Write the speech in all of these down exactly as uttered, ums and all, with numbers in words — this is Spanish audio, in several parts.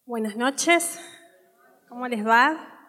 Buenas noches, ¿cómo les va?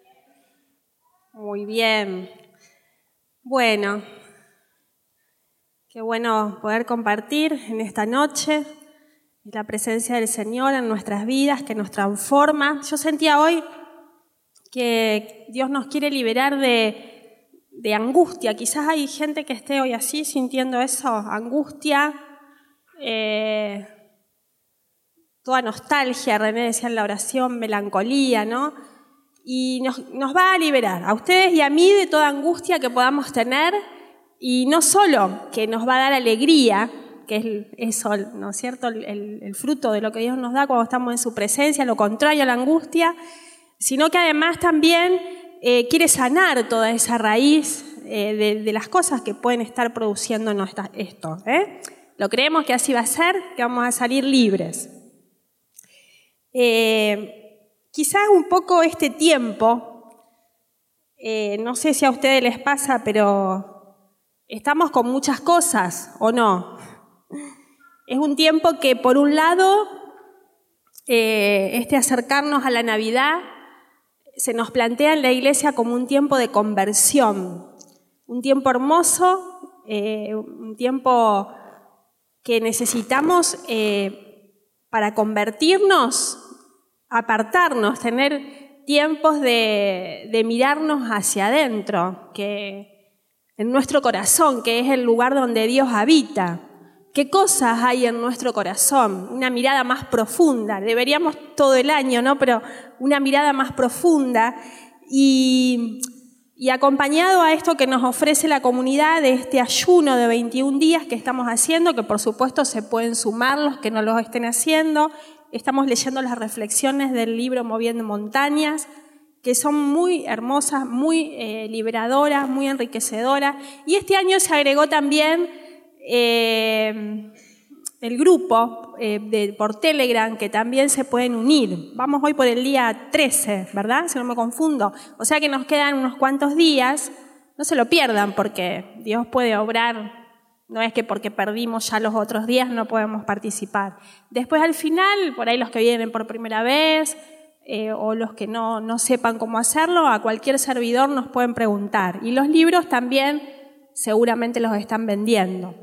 Muy bien. Bueno, qué bueno poder compartir en esta noche la presencia del Señor en nuestras vidas, que nos transforma. Yo sentía hoy que Dios nos quiere liberar de, de angustia. Quizás hay gente que esté hoy así sintiendo eso, angustia, eh, toda nostalgia, René decía en la oración, melancolía, ¿no? Y nos, nos va a liberar a ustedes y a mí de toda angustia que podamos tener, y no solo que nos va a dar alegría, que es eso, ¿no es cierto?, el, el, el fruto de lo que Dios nos da cuando estamos en su presencia, lo contrario a la angustia, sino que además también eh, quiere sanar toda esa raíz eh, de, de las cosas que pueden estar produciéndonos esto. ¿eh? Lo creemos que así va a ser, que vamos a salir libres. Eh, quizás un poco este tiempo, eh, no sé si a ustedes les pasa, pero estamos con muchas cosas, ¿o no? Es un tiempo que, por un lado, eh, este acercarnos a la Navidad se nos plantea en la iglesia como un tiempo de conversión, un tiempo hermoso, eh, un tiempo que necesitamos eh, para convertirnos, apartarnos, tener tiempos de, de mirarnos hacia adentro, que en nuestro corazón, que es el lugar donde Dios habita. ¿Qué cosas hay en nuestro corazón? Una mirada más profunda. Deberíamos todo el año, ¿no? Pero una mirada más profunda y, y acompañado a esto que nos ofrece la comunidad de este ayuno de veintiún días que estamos haciendo, que por supuesto se pueden sumar los que no lo estén haciendo. Estamos leyendo las reflexiones del libro Moviendo Montañas, que son muy hermosas, muy eh, liberadoras, muy enriquecedoras. Y este año se agregó también eh, el grupo eh, de, por Telegram, que también se pueden unir. Vamos hoy por el día trece, ¿verdad? Si no me confundo. O sea que nos quedan unos cuantos días. No se lo pierdan, porque Dios puede obrar. No es que porque perdimos ya los otros días no podemos participar. Después al final, por ahí los que vienen por primera vez eh, o los que no, no sepan cómo hacerlo, a cualquier servidor nos pueden preguntar. Y los libros también seguramente los están vendiendo.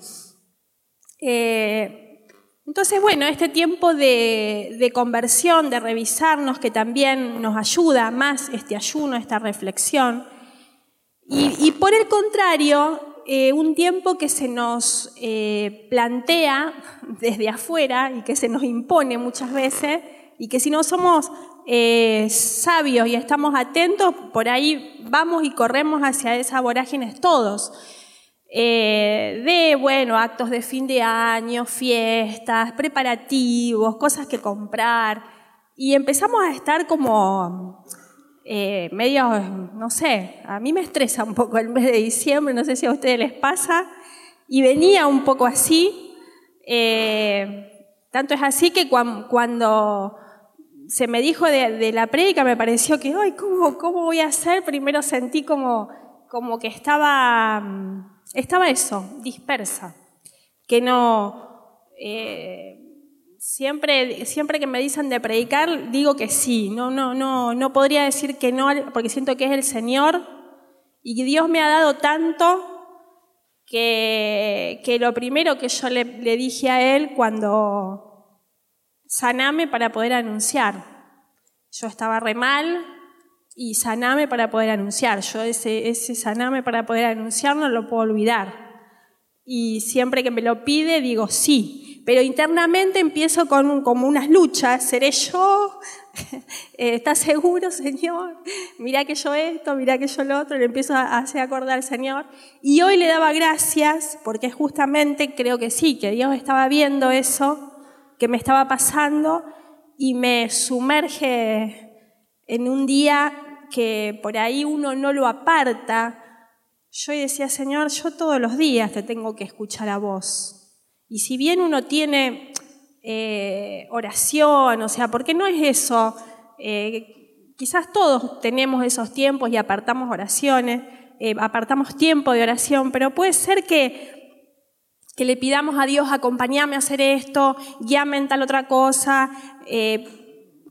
Eh, entonces, bueno, este tiempo de, de conversión, de revisarnos, que también nos ayuda más este ayuno, esta reflexión. Y, y por el contrario, Eh, un tiempo que se nos eh, plantea desde afuera y que se nos impone muchas veces, y que si no somos eh, sabios y estamos atentos, por ahí vamos y corremos hacia esas vorágines todos. Eh, de, bueno, actos de fin de año, fiestas, preparativos, cosas que comprar, y empezamos a estar como Eh, medio, no sé, a mí me estresa un poco el mes de diciembre, no sé si a ustedes les pasa, y venía un poco así, eh, tanto es así que cuan, cuando se me dijo de, de la prédica me pareció que, ay, ¿cómo, ¿cómo voy a hacer? Primero sentí como, como que estaba, estaba eso, dispersa, que no... Eh, Siempre, siempre que me dicen de predicar, digo que sí. No, no, no, no podría decir que no, porque siento que es el Señor y que Dios me ha dado tanto que, que lo primero que yo le, le dije a Él cuando saname para poder anunciar. Yo estaba re mal y saname para poder anunciar. Yo ese, ese saname para poder anunciar no lo puedo olvidar. Y siempre que me lo pide digo sí. Pero internamente empiezo con como unas luchas. ¿Seré yo? ¿Estás seguro, Señor? Mirá que yo esto, mirá que yo lo otro. Le empiezo a hacer acordar al Señor. Y hoy le daba gracias porque justamente creo que sí, que Dios estaba viendo eso que me estaba pasando y me sumerge en un día que por ahí uno no lo aparta. Yo decía, Señor, yo todos los días te tengo que escuchar a vos. Y si bien uno tiene eh, oración, o sea, porque no es eso, eh, quizás todos tenemos esos tiempos y apartamos oraciones, eh, apartamos tiempo de oración, pero puede ser que, que le pidamos a Dios, acompáñame a hacer esto, guíame en tal otra cosa, eh,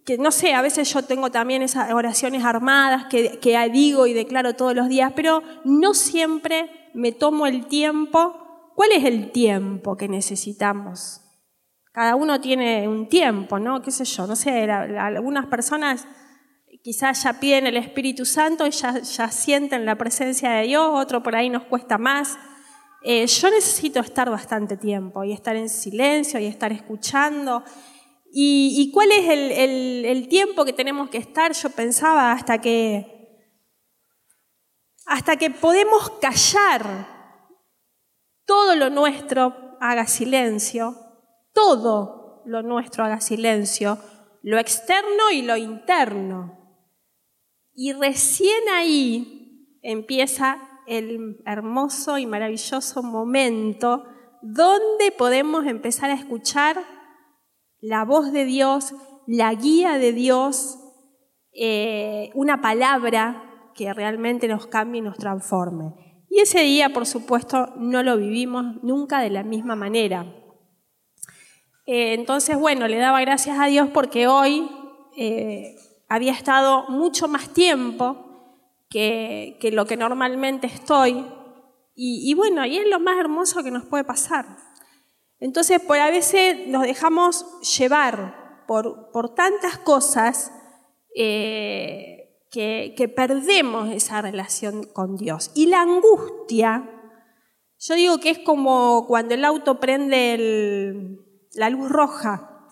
que no sé, a veces yo tengo también esas oraciones armadas que, que digo y declaro todos los días, pero no siempre me tomo el tiempo. ¿Cuál es el tiempo que necesitamos? Cada uno tiene un tiempo, ¿no? ¿Qué sé yo? No sé, la, la, algunas personas quizás ya piden el Espíritu Santo y ya, ya sienten la presencia de Dios, otro por ahí nos cuesta más. Eh, yo necesito estar bastante tiempo y estar en silencio y estar escuchando. ¿Y, y cuál es el, el, el tiempo que tenemos que estar? Yo pensaba hasta que, hasta que podemos callar todo lo nuestro, haga silencio, todo lo nuestro haga silencio, lo externo y lo interno. Y recién ahí empieza el hermoso y maravilloso momento donde podemos empezar a escuchar la voz de Dios, la guía de Dios, eh, una palabra que realmente nos cambie y nos transforme. Y ese día, por supuesto, no lo vivimos nunca de la misma manera. Eh, entonces, bueno, le daba gracias a Dios porque hoy eh, había estado mucho más tiempo que, que lo que normalmente estoy. Y, y bueno, y es lo más hermoso que nos puede pasar. Entonces, por a veces nos dejamos llevar por, por tantas cosas eh, que, que perdemos esa relación con Dios. Y la angustia, yo digo que es como cuando el auto prende el, la luz roja,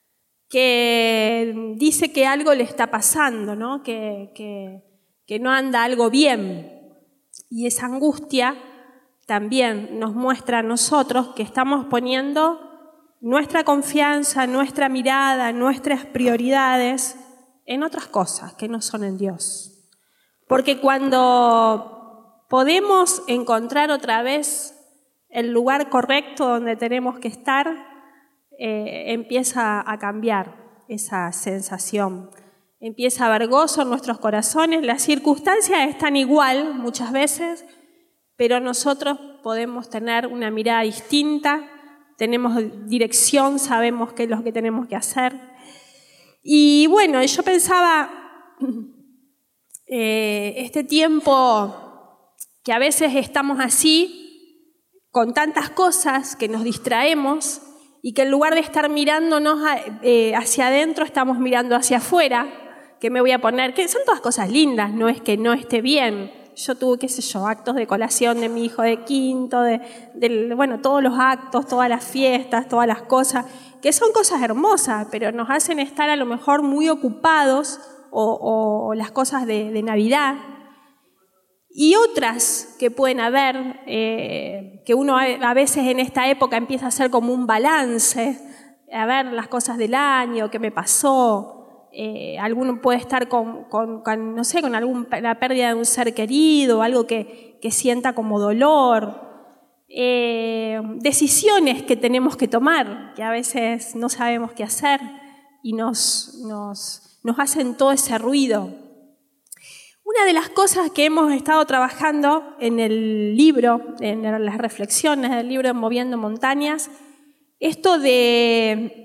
que dice que algo le está pasando, ¿no? Que, que, que no anda algo bien. Y esa angustia también nos muestra a nosotros que estamos poniendo nuestra confianza, nuestra mirada, nuestras prioridades en otras cosas que no son en Dios. Porque cuando podemos encontrar otra vez el lugar correcto donde tenemos que estar, eh, empieza a cambiar esa sensación. Empieza a haber gozo en nuestros corazones. Las circunstancias están igual muchas veces, pero nosotros podemos tener una mirada distinta, tenemos dirección, sabemos qué es lo que tenemos que hacer. Y bueno, yo pensaba, eh, este tiempo que a veces estamos así, con tantas cosas que nos distraemos y que en lugar de estar mirándonos eh, hacia adentro, estamos mirando hacia afuera, que me voy a poner, que son todas cosas lindas, no es que no esté bien. Yo tuve, qué sé yo, actos de colación de mi hijo de quinto, de, de, bueno, todos los actos, todas las fiestas, todas las cosas, que son cosas hermosas, pero nos hacen estar a lo mejor muy ocupados, o, o, o las cosas de, de Navidad, y otras que pueden haber, eh, que uno a veces en esta época empieza a hacer como un balance, a ver las cosas del año, qué me pasó. Eh, alguno puede estar con, con, con, no sé, con alguna pérdida de un ser querido, algo que, que sienta como dolor. Eh, decisiones que tenemos que tomar, que a veces no sabemos qué hacer y nos, nos, nos hacen todo ese ruido. Una de las cosas que hemos estado trabajando en el libro, en las reflexiones del libro Moviendo Montañas, esto de...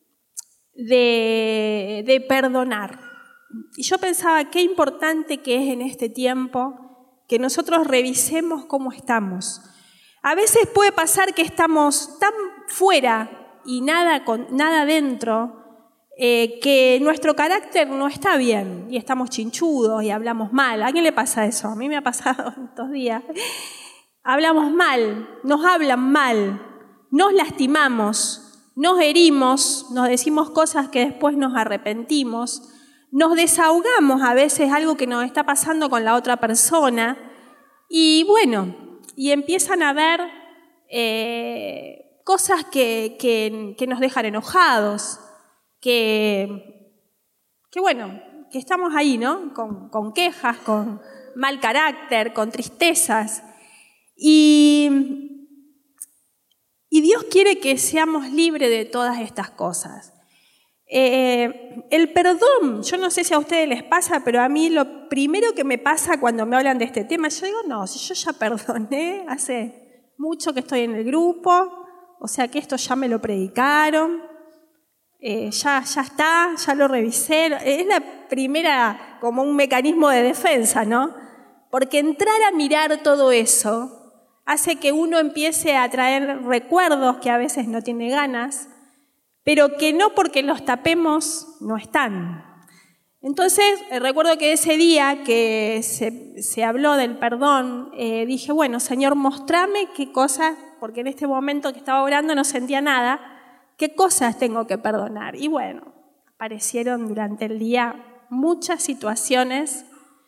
De, de perdonar. Y yo pensaba qué importante que es en este tiempo que nosotros revisemos cómo estamos. A veces puede pasar que estamos tan fuera y nada, con, nada dentro, eh, que nuestro carácter no está bien y estamos chinchudos y hablamos mal. ¿A quién le pasa eso? A mí me ha pasado estos días. Hablamos mal, nos hablan mal, nos lastimamos, nos herimos, nos decimos cosas que después nos arrepentimos, nos desahogamos a veces algo que nos está pasando con la otra persona y bueno, y empiezan a haber eh, cosas que, que, que nos dejan enojados, que, que bueno, que estamos ahí, ¿no? Con, con quejas, con mal carácter, con tristezas. Y... Y Dios quiere que seamos libres de todas estas cosas. Eh, el perdón, yo no sé si a ustedes les pasa, pero a mí lo primero que me pasa cuando me hablan de este tema, yo digo, no, si yo ya perdoné, hace mucho que estoy en el grupo, o sea que esto ya me lo predicaron. eh, ya, ya está, ya lo revisé. Es la primera, como un mecanismo de defensa, ¿no? Porque entrar a mirar todo eso hace que uno empiece a traer recuerdos que a veces no tiene ganas, pero que no porque los tapemos no están. Entonces, eh, recuerdo que ese día que se, se habló del perdón, eh, dije, bueno, Señor, mostrame qué cosas, porque en este momento que estaba orando no sentía nada, qué cosas tengo que perdonar. Y bueno, aparecieron durante el día muchas situaciones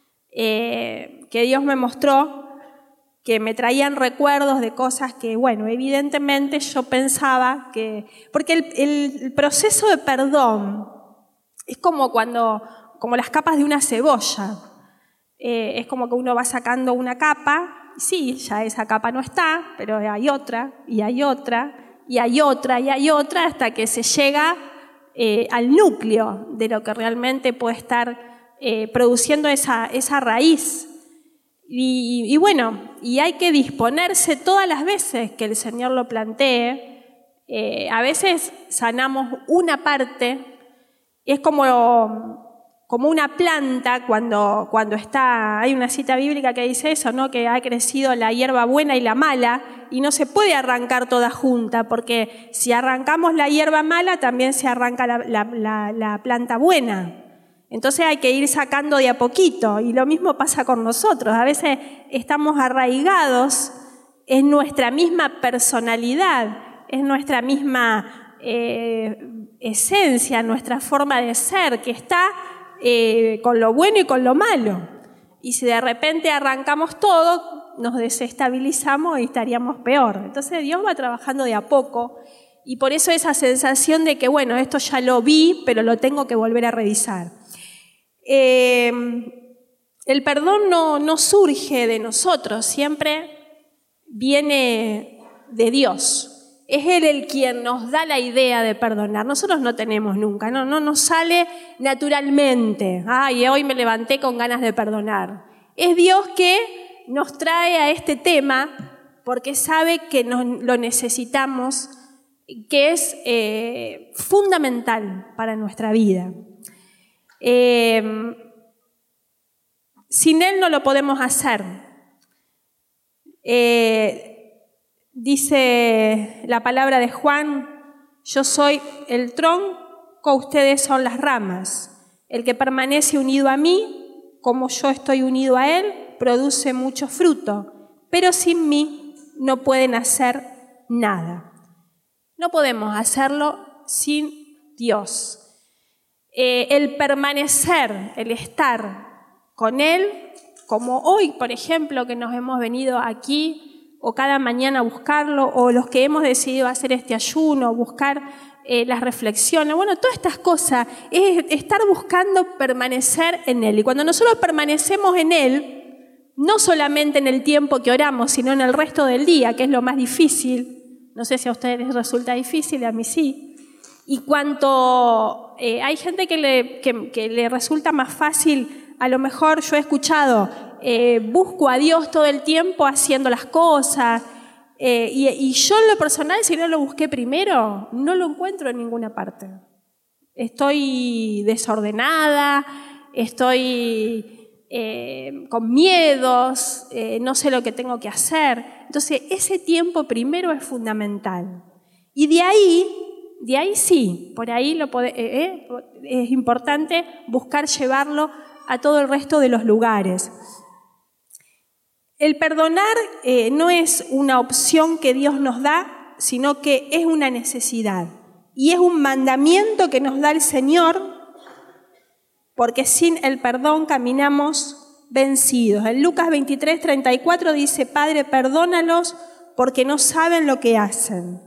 eh, que Dios me mostró, que me traían recuerdos de cosas que, bueno, evidentemente yo pensaba que... Porque el, el proceso de perdón es como cuando, como las capas de una cebolla. Eh, es como que uno va sacando una capa, sí, ya esa capa no está, pero hay otra, y hay otra, y hay otra, y hay otra, hasta que se llega eh, al núcleo de lo que realmente puede estar eh, produciendo esa, esa raíz. Y, y bueno, y hay que disponerse todas las veces que el Señor lo plantee. Eh, a veces sanamos una parte, es como, como una planta cuando, cuando está, hay una cita bíblica que dice eso, ¿no? Que ha crecido la hierba buena y la mala, y no se puede arrancar toda junta, porque si arrancamos la hierba mala, también se arranca la, la, la, la planta buena. Entonces hay que ir sacando de a poquito, y lo mismo pasa con nosotros. A veces estamos arraigados en nuestra misma personalidad, en nuestra misma eh, esencia, nuestra forma de ser, que está eh, con lo bueno y con lo malo. Y si de repente arrancamos todo, nos desestabilizamos y estaríamos peor. Entonces Dios va trabajando de a poco, y por eso esa sensación de que, bueno, esto ya lo vi, pero lo tengo que volver a revisar. Eh, el perdón no, no surge de nosotros, siempre viene de Dios. Es Él el quien nos da la idea de perdonar. Nosotros no tenemos nunca, no, no nos sale naturalmente. Ay, hoy me levanté con ganas de perdonar. Es Dios que nos trae a este tema porque sabe que nos, lo necesitamos, que es eh, fundamental para nuestra vida. Eh, sin Él no lo podemos hacer. Eh, dice la palabra de Juan, yo soy el tronco, ustedes son las ramas. El que permanece unido a mí, como yo estoy unido a Él, produce mucho fruto, pero sin mí no pueden hacer nada. No podemos hacerlo sin Dios. Eh, el permanecer, el estar con Él, como hoy, por ejemplo, que nos hemos venido aquí, o cada mañana a buscarlo, o los que hemos decidido hacer este ayuno, buscar eh, las reflexiones, bueno, todas estas cosas, es estar buscando permanecer en Él. Y cuando nosotros permanecemos en Él, no solamente en el tiempo que oramos, sino en el resto del día, que es lo más difícil. No sé si a ustedes les resulta difícil, a mí sí. Y cuanto eh, hay gente que le, que, que le resulta más fácil, a lo mejor yo he escuchado, eh, busco a Dios todo el tiempo haciendo las cosas, eh, y, y yo en lo personal, si no lo busqué primero, no lo encuentro en ninguna parte. Estoy desordenada, estoy eh, con miedos, eh, no sé lo que tengo que hacer. Entonces, ese tiempo primero es fundamental. Y de ahí... De ahí sí, por ahí lo pode, eh, es importante buscar llevarlo a todo el resto de los lugares. El perdonar eh, no es una opción que Dios nos da, sino que es una necesidad. Y es un mandamiento que nos da el Señor, porque sin el perdón caminamos vencidos. En Lucas veintitrés, treinta y cuatro dice, Padre, perdónalos porque no saben lo que hacen.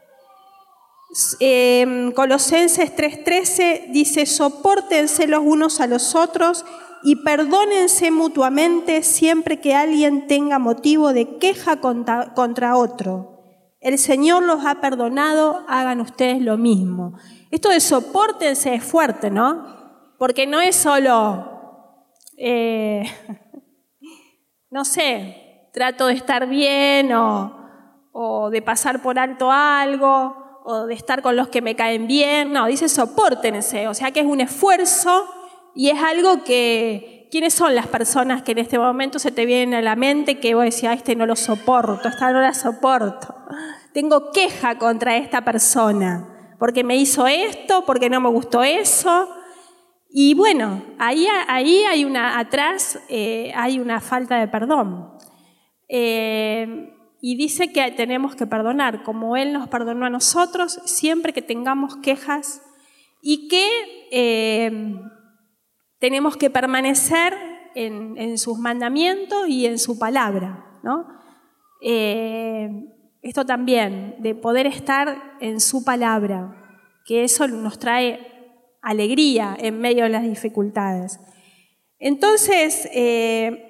Eh, Colosenses tres trece dice, sopórtense los unos a los otros y perdónense mutuamente siempre que alguien tenga motivo de queja contra, contra otro. El Señor los ha perdonado, hagan ustedes lo mismo. Esto de sopórtense es fuerte, ¿no? Porque no es solo, eh, no sé, trato de estar bien o, o de pasar por alto algo, o de estar con los que me caen bien. No, dice sopórtense, o sea que es un esfuerzo y es algo que... ¿Quiénes son las personas que en este momento se te vienen a la mente que vos decís, ah, este no lo soporto, esta no la soporto? Tengo queja contra esta persona, porque me hizo esto, porque no me gustó eso. Y bueno, ahí, ahí hay una, atrás eh, hay una falta de perdón. Eh, y dice que tenemos que perdonar, como Él nos perdonó a nosotros, siempre que tengamos quejas, y que eh, tenemos que permanecer en, en sus mandamientos y en su palabra, ¿no? Eh, esto también, de poder estar en su palabra, que eso nos trae alegría en medio de las dificultades. Entonces, eh,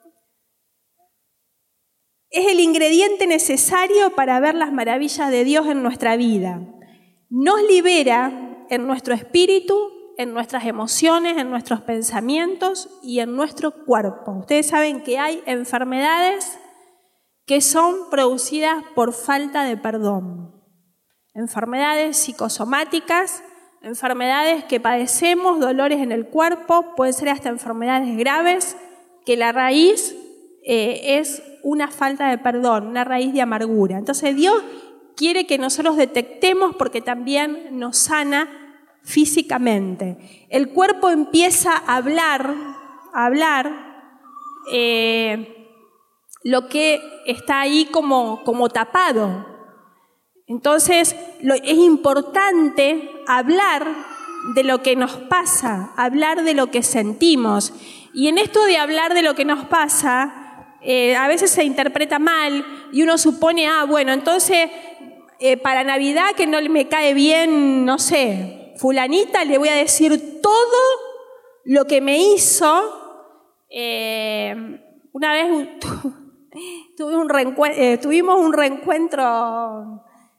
es el ingrediente necesario para ver las maravillas de Dios en nuestra vida. Nos libera en nuestro espíritu, en nuestras emociones, en nuestros pensamientos y en nuestro cuerpo. Ustedes saben que hay enfermedades que son producidas por falta de perdón. Enfermedades psicosomáticas, enfermedades que padecemos, dolores en el cuerpo, pueden ser hasta enfermedades graves, que la raíz eh, es una falta de perdón, una raíz de amargura. Entonces Dios quiere que nosotros detectemos porque también nos sana físicamente. El cuerpo empieza a hablar, a hablar eh, lo que está ahí como, como tapado. Entonces lo, es importante hablar de lo que nos pasa, hablar de lo que sentimos. Y en esto de hablar de lo que nos pasa, eh, a veces se interpreta mal y uno supone, ah, bueno, entonces eh, para Navidad que no me cae bien, no sé, fulanita, le voy a decir todo lo que me hizo. Eh, una vez tuve un eh, tuvimos un reencuentro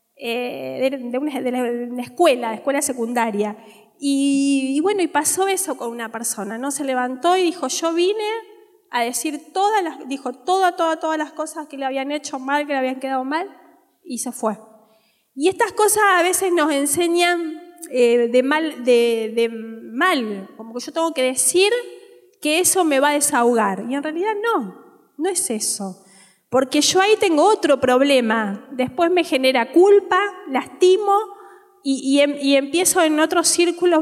eh, de, de, una, de, la, de una escuela, de escuela secundaria. Y, y bueno, y pasó eso con una persona, ¿no? Se levantó y dijo, yo vine a decir todas las, dijo todas, todas, todas las cosas que le habían hecho mal, que le habían quedado mal, y se fue. Y estas cosas a veces nos enseñan Eh, de, mal, de, de mal, como que yo tengo que decir que eso me va a desahogar. Y en realidad no, no es eso. Porque yo ahí tengo otro problema. Después me genera culpa, lastimo y, y, y empiezo en otro círculo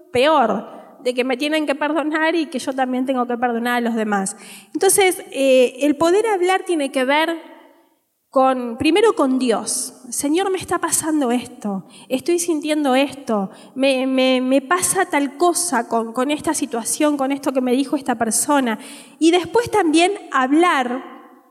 peor, de que me tienen que perdonar y que yo también tengo que perdonar a los demás. Entonces, eh, el poder hablar tiene que ver Con, primero con Dios. Señor, me está pasando esto, estoy sintiendo esto, me, me, me pasa tal cosa con, con esta situación, con esto que me dijo esta persona. Y después también hablar,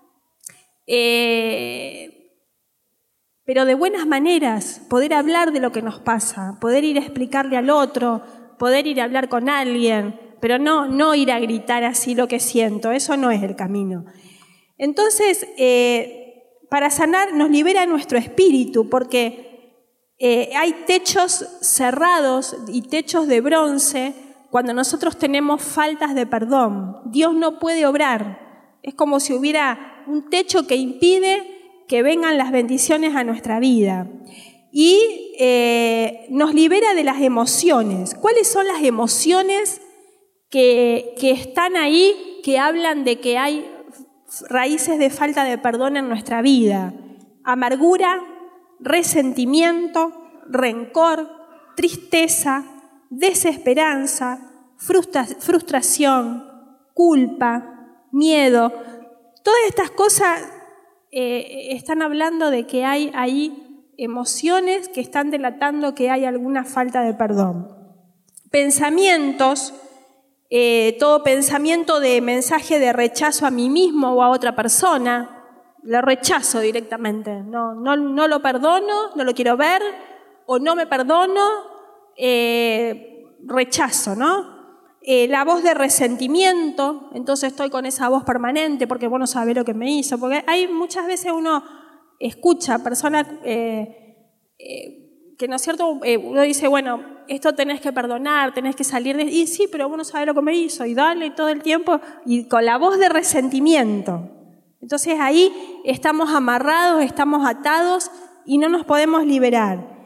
eh, pero de buenas maneras, poder hablar de lo que nos pasa, poder ir a explicarle al otro, poder ir a hablar con alguien, pero no, no ir a gritar así lo que siento, eso no es el camino. Entonces, eh, para sanar nos libera nuestro espíritu, porque eh, hay techos cerrados y techos de bronce cuando nosotros tenemos faltas de perdón. Dios no puede obrar. Es como si hubiera un techo que impide que vengan las bendiciones a nuestra vida. Y eh, nos libera de las emociones. ¿Cuáles son las emociones que, que están ahí, que hablan de que hay raíces de falta de perdón en nuestra vida? Amargura, resentimiento, rencor, tristeza, desesperanza, frustra- frustración, culpa, miedo. Todas estas cosas eh, están hablando de que hay ahí emociones que están delatando que hay alguna falta de perdón. Pensamientos. Eh, todo pensamiento de mensaje de rechazo a mí mismo o a otra persona, lo rechazo directamente, no, no, no lo perdono, no lo quiero ver, o no me perdono, eh, rechazo, ¿no? Eh, la voz de resentimiento, entonces estoy con esa voz permanente porque vos no sabés lo que me hizo, porque hay muchas veces uno escucha personas eh, eh, que no es cierto, eh, uno dice, bueno, esto tenés que perdonar, tenés que salir de... Y sí, pero vos no sabés lo que me hizo, y dale todo el tiempo, y con la voz de resentimiento. Entonces ahí estamos amarrados, estamos atados y no nos podemos liberar.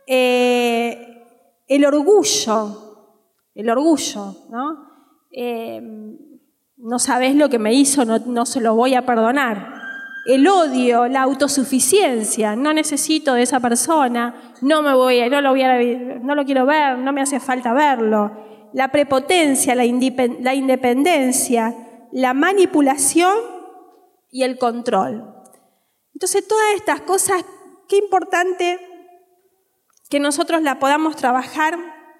Eh, el orgullo, el orgullo, ¿no? Eh, no sabés lo que me hizo, no, no se lo voy a perdonar. El odio, la autosuficiencia, no necesito de esa persona, no me voy, no lo voy a, no lo quiero ver, no me hace falta verlo. La prepotencia, la, independ, la independencia, la manipulación y el control. Entonces, todas estas cosas, qué importante que nosotros la podamos trabajar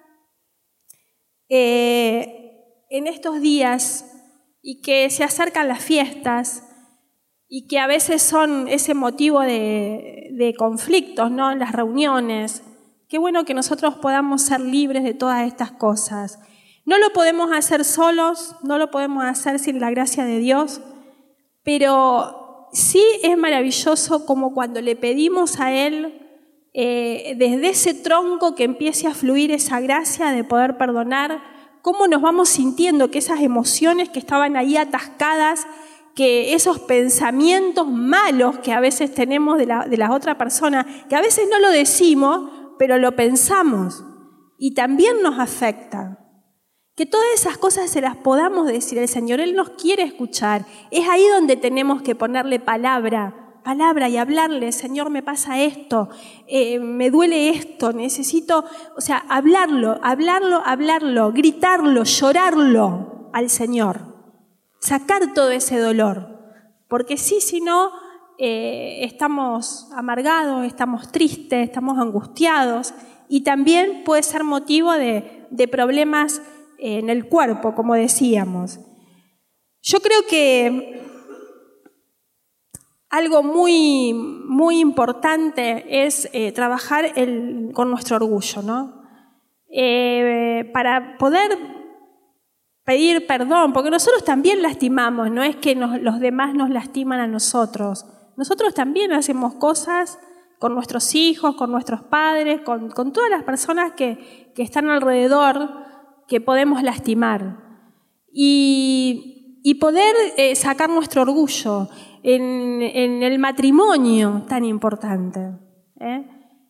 eh, en estos días y que se acercan las fiestas y que a veces son ese motivo de, de conflictos, ¿no? En las reuniones. Qué bueno que nosotros podamos ser libres de todas estas cosas. No lo podemos hacer solos, no lo podemos hacer sin la gracia de Dios, pero sí es maravilloso como cuando le pedimos a Él, eh, desde ese tronco que empiece a fluir esa gracia de poder perdonar, cómo nos vamos sintiendo que esas emociones que estaban ahí atascadas, que esos pensamientos malos que a veces tenemos de la, de la otra persona, que a veces no lo decimos, pero lo pensamos y también nos afecta. Que todas esas cosas se las podamos decir al Señor. Él nos quiere escuchar. Es ahí donde tenemos que ponerle palabra, palabra y hablarle. Señor, me pasa esto, eh, me duele esto, necesito, o sea, hablarlo, hablarlo, hablarlo, gritarlo, llorarlo al Señor. Sacar todo ese dolor. Porque sí, si no, eh, estamos amargados, estamos tristes, estamos angustiados y también puede ser motivo de, de problemas en el cuerpo, como decíamos. Yo creo que algo muy, muy importante es eh, trabajar el, con nuestro orgullo, ¿no? Eh, para poder pedir perdón, porque nosotros también lastimamos, no es que nos, los demás nos lastiman a nosotros. Nosotros también hacemos cosas con nuestros hijos, con nuestros padres, con, con todas las personas que, que están alrededor, que podemos lastimar y, y poder eh, sacar nuestro orgullo en, en el matrimonio tan importante, ¿eh?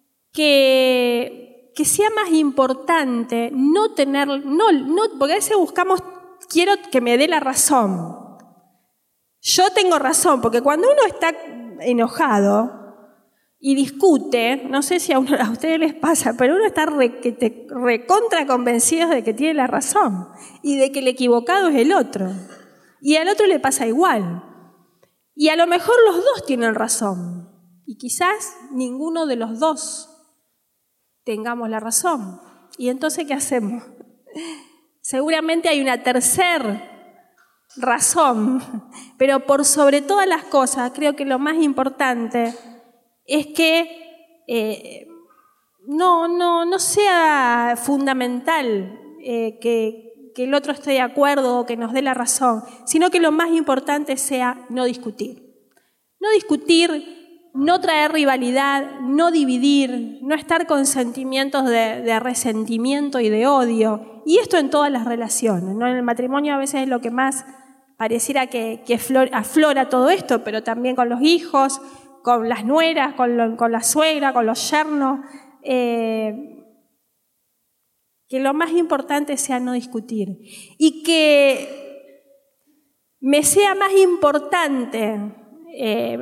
que, que sea más importante no tener, no, no, porque a veces buscamos, quiero que me dé la razón, yo tengo razón, porque cuando uno está enojado y discute, no sé si a, uno, a ustedes les pasa, pero uno está re, que te, recontra convencido de que tiene la razón y de que el equivocado es el otro. Y al otro le pasa igual. Y a lo mejor los dos tienen razón. Y quizás ninguno de los dos tengamos la razón. ¿Y entonces qué hacemos? Seguramente hay una tercera razón, pero por sobre todas las cosas, creo que lo más importante es que eh, no, no, no sea fundamental eh, que, que el otro esté de acuerdo o que nos dé la razón, sino que lo más importante sea no discutir. No discutir, no traer rivalidad, no dividir, no estar con sentimientos de, de resentimiento y de odio. Y esto en todas las relaciones, ¿no? En el matrimonio a veces es lo que más pareciera que, que aflora todo esto, pero también con los hijos, con las nueras, con, lo, con la suegra, con los yernos, eh, que lo más importante sea no discutir y que me sea más importante eh,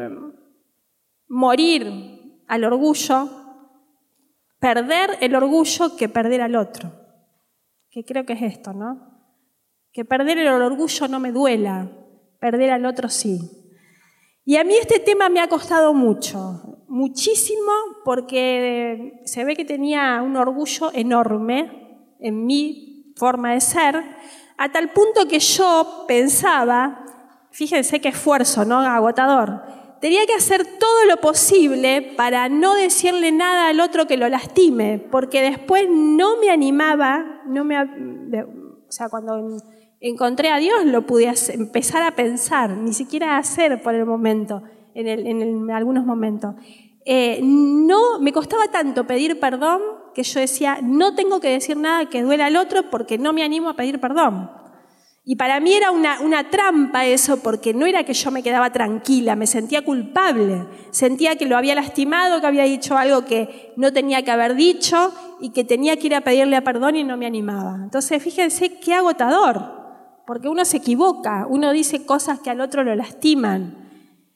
morir al orgullo, perder el orgullo que perder al otro, que creo que es esto, ¿no? Que perder el orgullo no me duela, perder al otro sí. Y a mí este tema me ha costado mucho, muchísimo, porque se ve que tenía un orgullo enorme en mi forma de ser, a tal punto que yo pensaba, fíjense qué esfuerzo, ¿no? Agotador, tenía que hacer todo lo posible para no decirle nada al otro que lo lastime, porque después no me animaba, no me, o sea, cuando encontré a Dios, lo pude hacer, empezar a pensar, ni siquiera hacer por el momento, en, el, en, el, en algunos momentos. Eh, no, me costaba tanto pedir perdón que yo decía, no tengo que decir nada que duela al otro porque no me animo a pedir perdón. Y para mí era una, una trampa eso, porque no era que yo me quedaba tranquila, me sentía culpable. Sentía que lo había lastimado, que había dicho algo que no tenía que haber dicho y que tenía que ir a pedirle perdón y no me animaba. Entonces, fíjense qué agotador, porque uno se equivoca, uno dice cosas que al otro lo lastiman.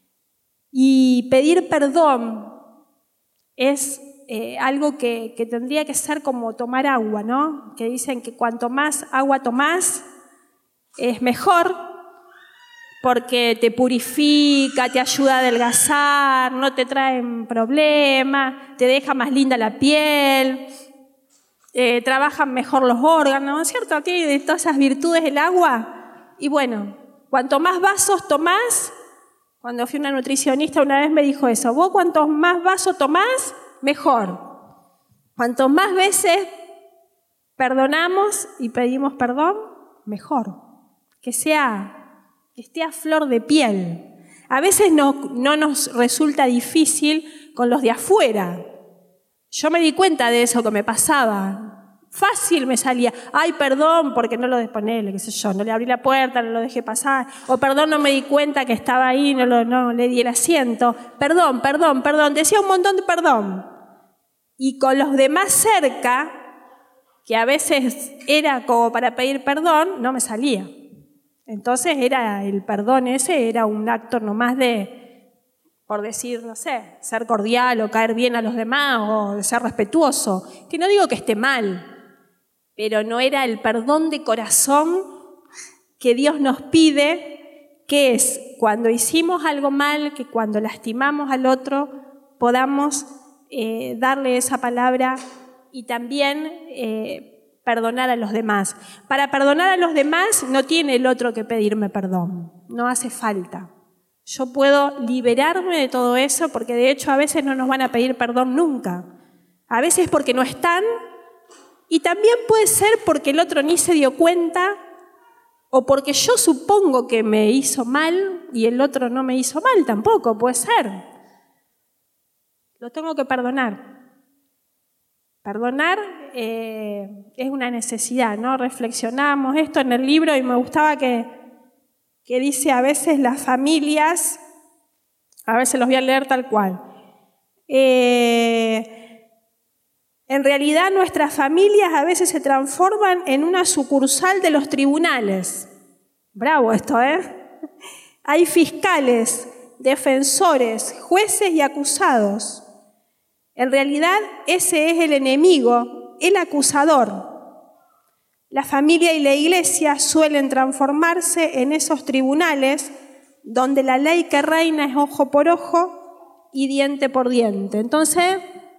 Y pedir perdón es eh, algo que, que tendría que ser como tomar agua, ¿no? Que dicen que cuanto más agua tomás, es mejor porque te purifica, te ayuda a adelgazar, no te traen problemas, te deja más linda la piel, eh, trabajan mejor los órganos, ¿cierto? Tiene todas esas virtudes el agua. Y bueno, cuanto más vasos tomás, cuando fui a una nutricionista una vez me dijo eso, vos cuantos más vasos tomás, mejor. Cuantos más veces perdonamos y pedimos perdón, mejor. Que sea, que esté a flor de piel. A veces no, no nos resulta difícil con los de afuera. Yo me di cuenta de eso que me pasaba. Fácil me salía, ay, perdón, porque no lo desponele, qué sé yo, no le abrí la puerta, no lo dejé pasar, o perdón, no me di cuenta que estaba ahí, no, lo, no le di el asiento, perdón, perdón, perdón, decía un montón de perdón. Y con los demás cerca, que a veces era como para pedir perdón, no me salía. Entonces era el perdón ese, era un acto nomás de, por decir, no sé, ser cordial o caer bien a los demás o de ser respetuoso. Que no digo que esté mal, pero no era el perdón de corazón que Dios nos pide, que es cuando hicimos algo mal, que cuando lastimamos al otro, podamos eh, darle esa palabra y también Eh, perdonar a los demás. Para perdonar a los demás no tiene el otro que pedirme perdón, no hace falta. Yo puedo liberarme de todo eso porque de hecho a veces no nos van a pedir perdón nunca. A veces porque no están y también puede ser porque el otro ni se dio cuenta o porque yo supongo que me hizo mal y el otro no me hizo mal tampoco, puede ser. Lo tengo que perdonar. Perdonar eh, es una necesidad, ¿no? Reflexionamos esto en el libro y me gustaba que, que dice a veces las familias, a ver se los voy a leer tal cual. Eh, en realidad nuestras familias a veces se transforman en una sucursal de los tribunales. Bravo esto, ¿eh? Hay fiscales, defensores, jueces y acusados. En realidad, ese es el enemigo, el acusador. La familia y la iglesia suelen transformarse en esos tribunales donde la ley que reina es ojo por ojo y diente por diente. Entonces,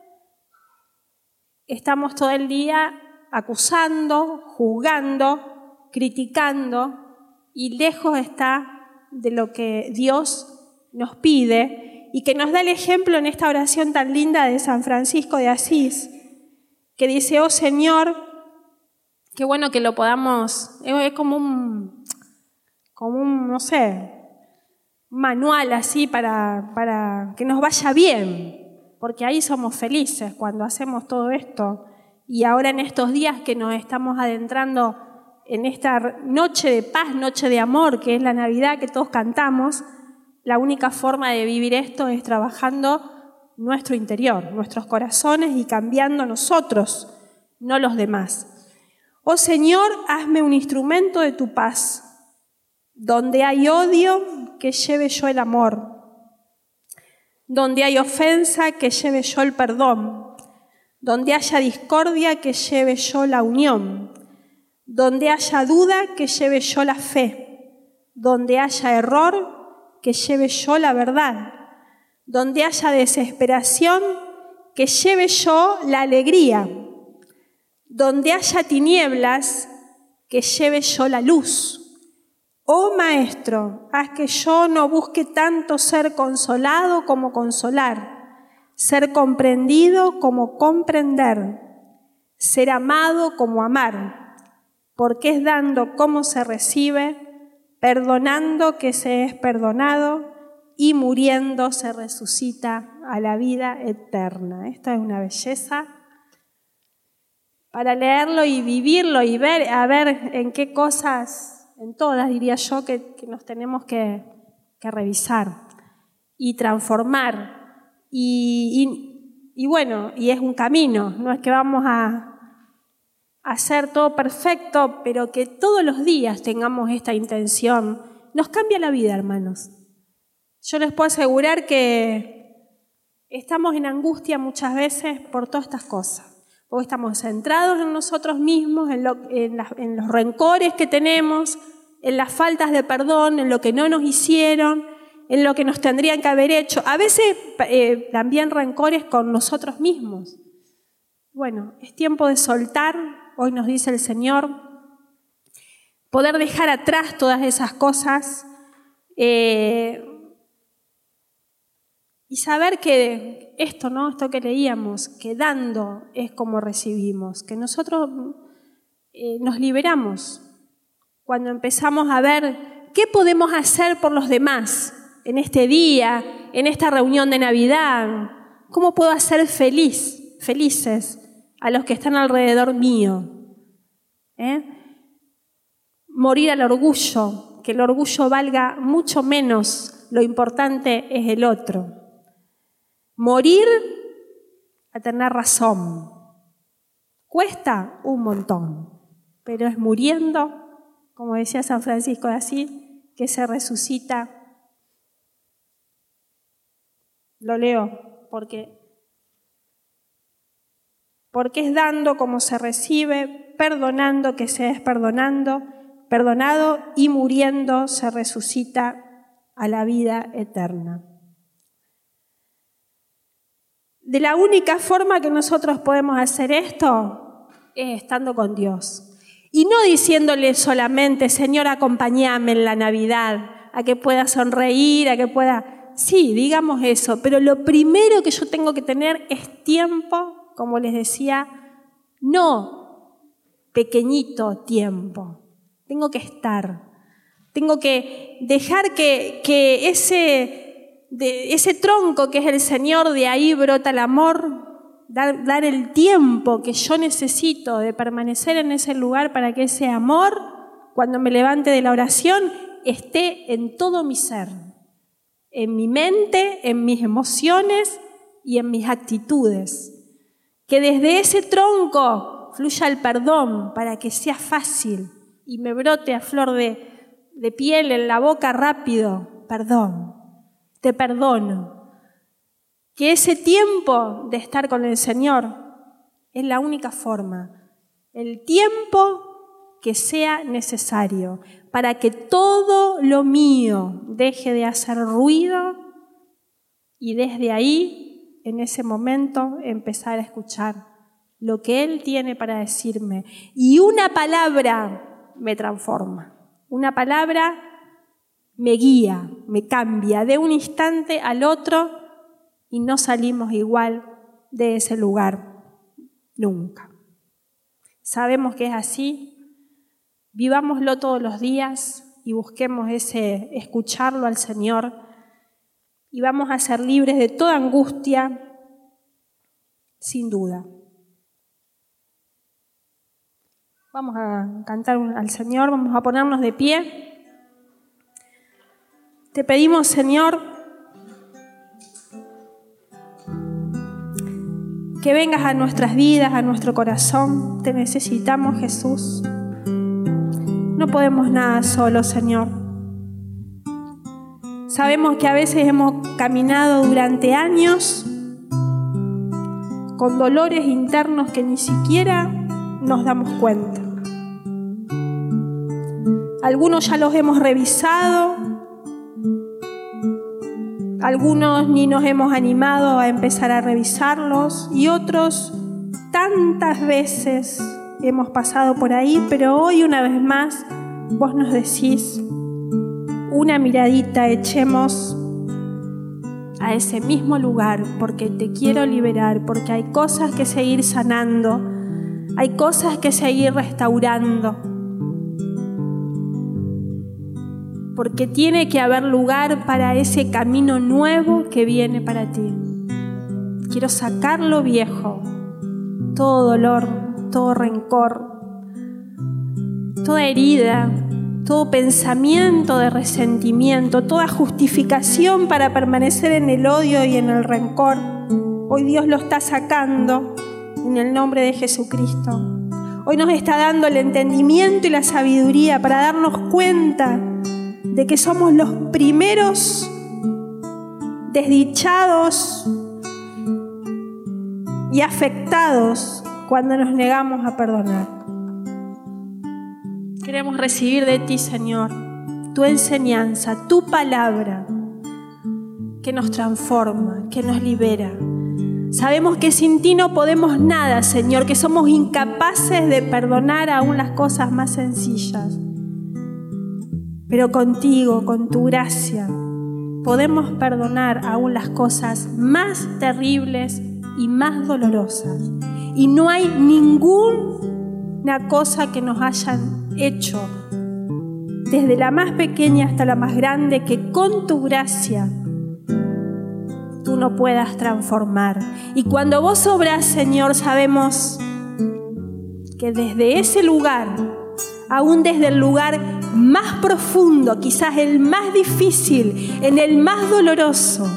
estamos todo el día acusando, juzgando, criticando y lejos está de lo que Dios nos pide y que nos da el ejemplo en esta oración tan linda de San Francisco de Asís, que dice, oh Señor, qué bueno que lo podamos, es como un, como un, no sé, un manual así para, para que nos vaya bien, porque ahí somos felices cuando hacemos todo esto. Y ahora en estos días que nos estamos adentrando en esta noche de paz, noche de amor, que es la Navidad que todos cantamos, la única forma de vivir esto es trabajando nuestro interior, nuestros corazones y cambiando nosotros, no los demás. Oh Señor, hazme un instrumento de tu paz. Donde hay odio, que lleve yo el amor. Donde hay ofensa, que lleve yo el perdón. Donde haya discordia, que lleve yo la unión. Donde haya duda, que lleve yo la fe. Donde haya error, que lleve yo la verdad. Donde haya desesperación, que lleve yo la alegría. Donde haya tinieblas, que lleve yo la luz. Oh Maestro, haz que yo no busque tanto ser consolado como consolar, ser comprendido como comprender, ser amado como amar, porque es dando como se recibe, perdonando que se es perdonado y muriendo se resucita a la vida eterna. Esta es una belleza para leerlo y vivirlo y ver, a ver en qué cosas en todas diría yo, que, que nos tenemos que, que revisar y transformar. Y, y, y bueno, y es un camino, no es que vamos a hacer todo perfecto, pero que todos los días tengamos esta intención. Nos cambia la vida, hermanos. Yo les puedo asegurar que estamos en angustia muchas veces por todas estas cosas, porque estamos centrados en nosotros mismos, en, lo, en, la, en los rencores que tenemos, en las faltas de perdón, en lo que no nos hicieron, en lo que nos tendrían que haber hecho. A veces eh, también rencores con nosotros mismos. Bueno, es tiempo de soltar, hoy nos dice el Señor, poder dejar atrás todas esas cosas eh, y saber que esto, ¿no? Esto que leíamos, que dando es como recibimos, que nosotros eh, nos liberamos cuando empezamos a ver qué podemos hacer por los demás en este día, en esta reunión de Navidad, cómo puedo hacer feliz, felices a los que están alrededor mío. ¿Eh? Morir al orgullo, que el orgullo valga mucho menos, lo importante es el otro. Morir a tener razón. Cuesta un montón, pero es muriendo, como decía San Francisco de Asís, que se resucita. Lo leo porque, porque es dando como se recibe, perdonando que se es perdonando, perdonado y muriendo se resucita a la vida eterna. De la única forma que nosotros podemos hacer esto es estando con Dios. Y no diciéndole solamente, Señor, acompáñame en la Navidad, a que pueda sonreír, a que pueda... Sí, digamos eso, pero lo primero que yo tengo que tener es tiempo, como les decía, no pequeñito tiempo. Tengo que estar, tengo que dejar que, que ese, de, ese tronco que es el Señor, de ahí brota el amor, dar, dar el tiempo que yo necesito de permanecer en ese lugar para que ese amor, cuando me levante de la oración, esté en todo mi ser, en mi mente, en mis emociones y en mis actitudes. Que desde ese tronco fluya el perdón para que sea fácil y me brote a flor de, de piel en la boca rápido. Perdón, te perdono. Que ese tiempo de estar con el Señor es la única forma. El tiempo que sea necesario para que todo lo mío deje de hacer ruido y desde ahí, en ese momento, empezar a escuchar lo que Él tiene para decirme. Y una palabra me transforma, una palabra me guía, me cambia de un instante al otro y no salimos igual de ese lugar nunca. Sabemos que es así. Vivámoslo todos los días y busquemos ese escucharlo al Señor y vamos a ser libres de toda angustia, sin duda. Vamos a cantar al Señor, vamos a ponernos de pie. Te pedimos, Señor, que vengas a nuestras vidas, a nuestro corazón. Te necesitamos, Jesús. No podemos nada solos, Señor. Sabemos que a veces hemos caminado durante años con dolores internos que ni siquiera nos damos cuenta. Algunos ya los hemos revisado, algunos ni nos hemos animado a empezar a revisarlos y otros tantas veces hemos pasado por ahí, pero hoy una vez más vos nos decís, una miradita echemos a ese mismo lugar porque te quiero liberar, porque hay cosas que seguir sanando, hay cosas que seguir restaurando, porque tiene que haber lugar para ese camino nuevo que viene para ti. Quiero sacar lo viejo, todo dolor, todo rencor, toda herida, todo pensamiento de resentimiento, toda justificación para permanecer en el odio y en el rencor. Hoy Dios lo está sacando en el nombre de Jesucristo. Hoy nos está dando el entendimiento y la sabiduría para darnos cuenta de que somos los primeros desdichados y afectados cuando nos negamos a perdonar. Queremos recibir de ti, Señor, tu enseñanza, tu palabra, que nos transforma, que nos libera. Sabemos que sin ti no podemos nada, Señor, que somos incapaces de perdonar aún las cosas más sencillas. Pero contigo, con tu gracia, podemos perdonar aún las cosas más terribles y más dolorosas. Y no hay ninguna cosa que nos hayan hecho, desde la más pequeña hasta la más grande, que con tu gracia tú no puedas transformar. Y cuando vos obrás, Señor, sabemos que desde ese lugar, aún desde el lugar más profundo, quizás el más difícil, en el más doloroso,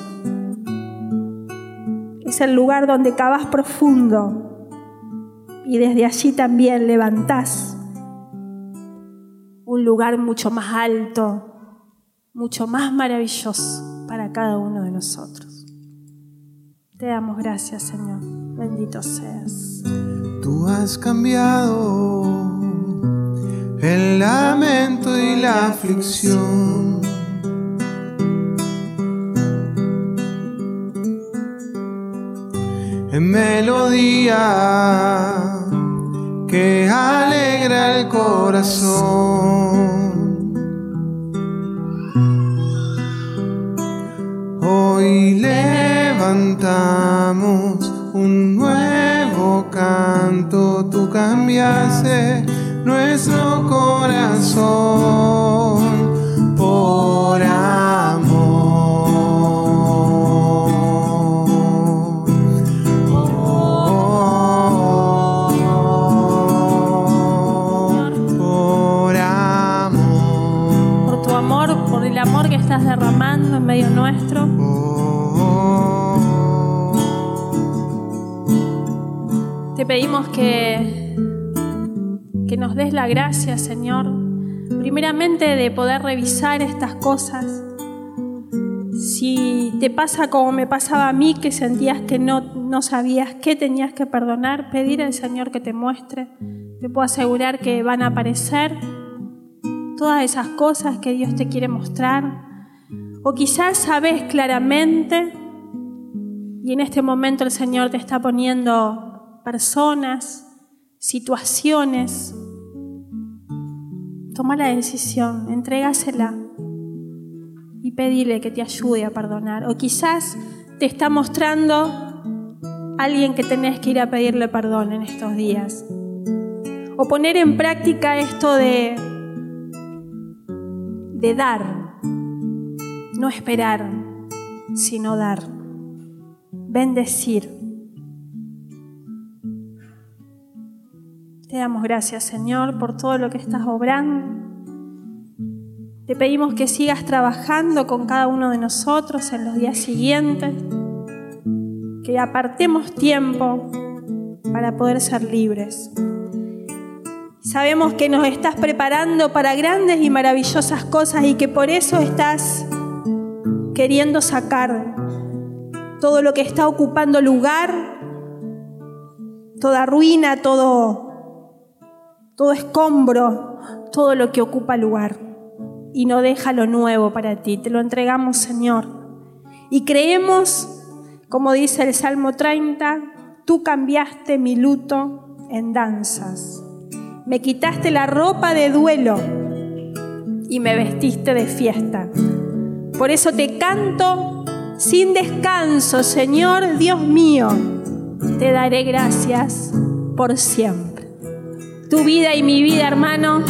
es el lugar donde cavás profundo y desde allí también levantás un lugar mucho más alto, mucho más maravilloso para cada uno de nosotros. Te damos gracias, Señor. Bendito seas. Tú has cambiado el lamento y la aflicción. En melodía que alegra el corazón. Hoy levantamos un nuevo canto, tú cambiaste nuestro corazón por amor. Por amor. Por tu amor, por el amor que estás derramando en medio nuestro. Te pedimos que, que nos des la gracia, Señor, primeramente de poder revisar estas cosas. Si te pasa como me pasaba a mí, que sentías que no, no sabías qué tenías que perdonar, pedir al Señor que te muestre. Te puedo asegurar que van a aparecer todas esas cosas que Dios te quiere mostrar. O quizás sabes claramente y en este momento el Señor te está poniendo personas, situaciones. Toma la decisión, entrégasela y pedile que te ayude a perdonar. O quizás te está mostrando alguien que tenés que ir a pedirle perdón en estos días. O poner en práctica esto de, de dar, no esperar, sino dar, bendecir. Te damos gracias, Señor, por todo lo que estás obrando. Te pedimos que sigas trabajando con cada uno de nosotros en los días siguientes, que apartemos tiempo para poder ser libres. Sabemos que nos estás preparando para grandes y maravillosas cosas y que por eso estás queriendo sacar todo lo que está ocupando lugar, toda ruina, todo, todo escombro, todo lo que ocupa lugar, y no deja lo nuevo para ti. Te lo entregamos, Señor, y creemos, como dice el Salmo treinta, tú cambiaste mi luto en danzas, me quitaste la ropa de duelo y me vestiste de fiesta. Por eso te canto sin descanso, Señor Dios mío, te daré gracias por siempre. Tu vida y mi vida, hermano,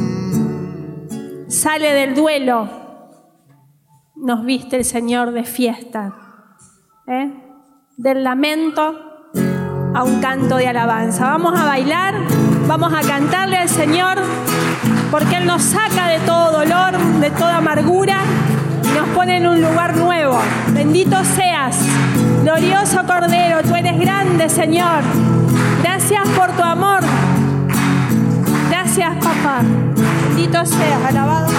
sale del duelo, nos viste el Señor de fiesta, ¿eh? Del lamento a un canto de alabanza. Vamos a bailar, vamos Vamos a cantarle al Señor porque Él nos saca de todo dolor, de toda amargura y nos pone en un lugar nuevo. Bendito seas, glorioso Cordero, tú eres grande, Señor. Gracias por tu amor. Gracias, papá. Bendito seas, alabado.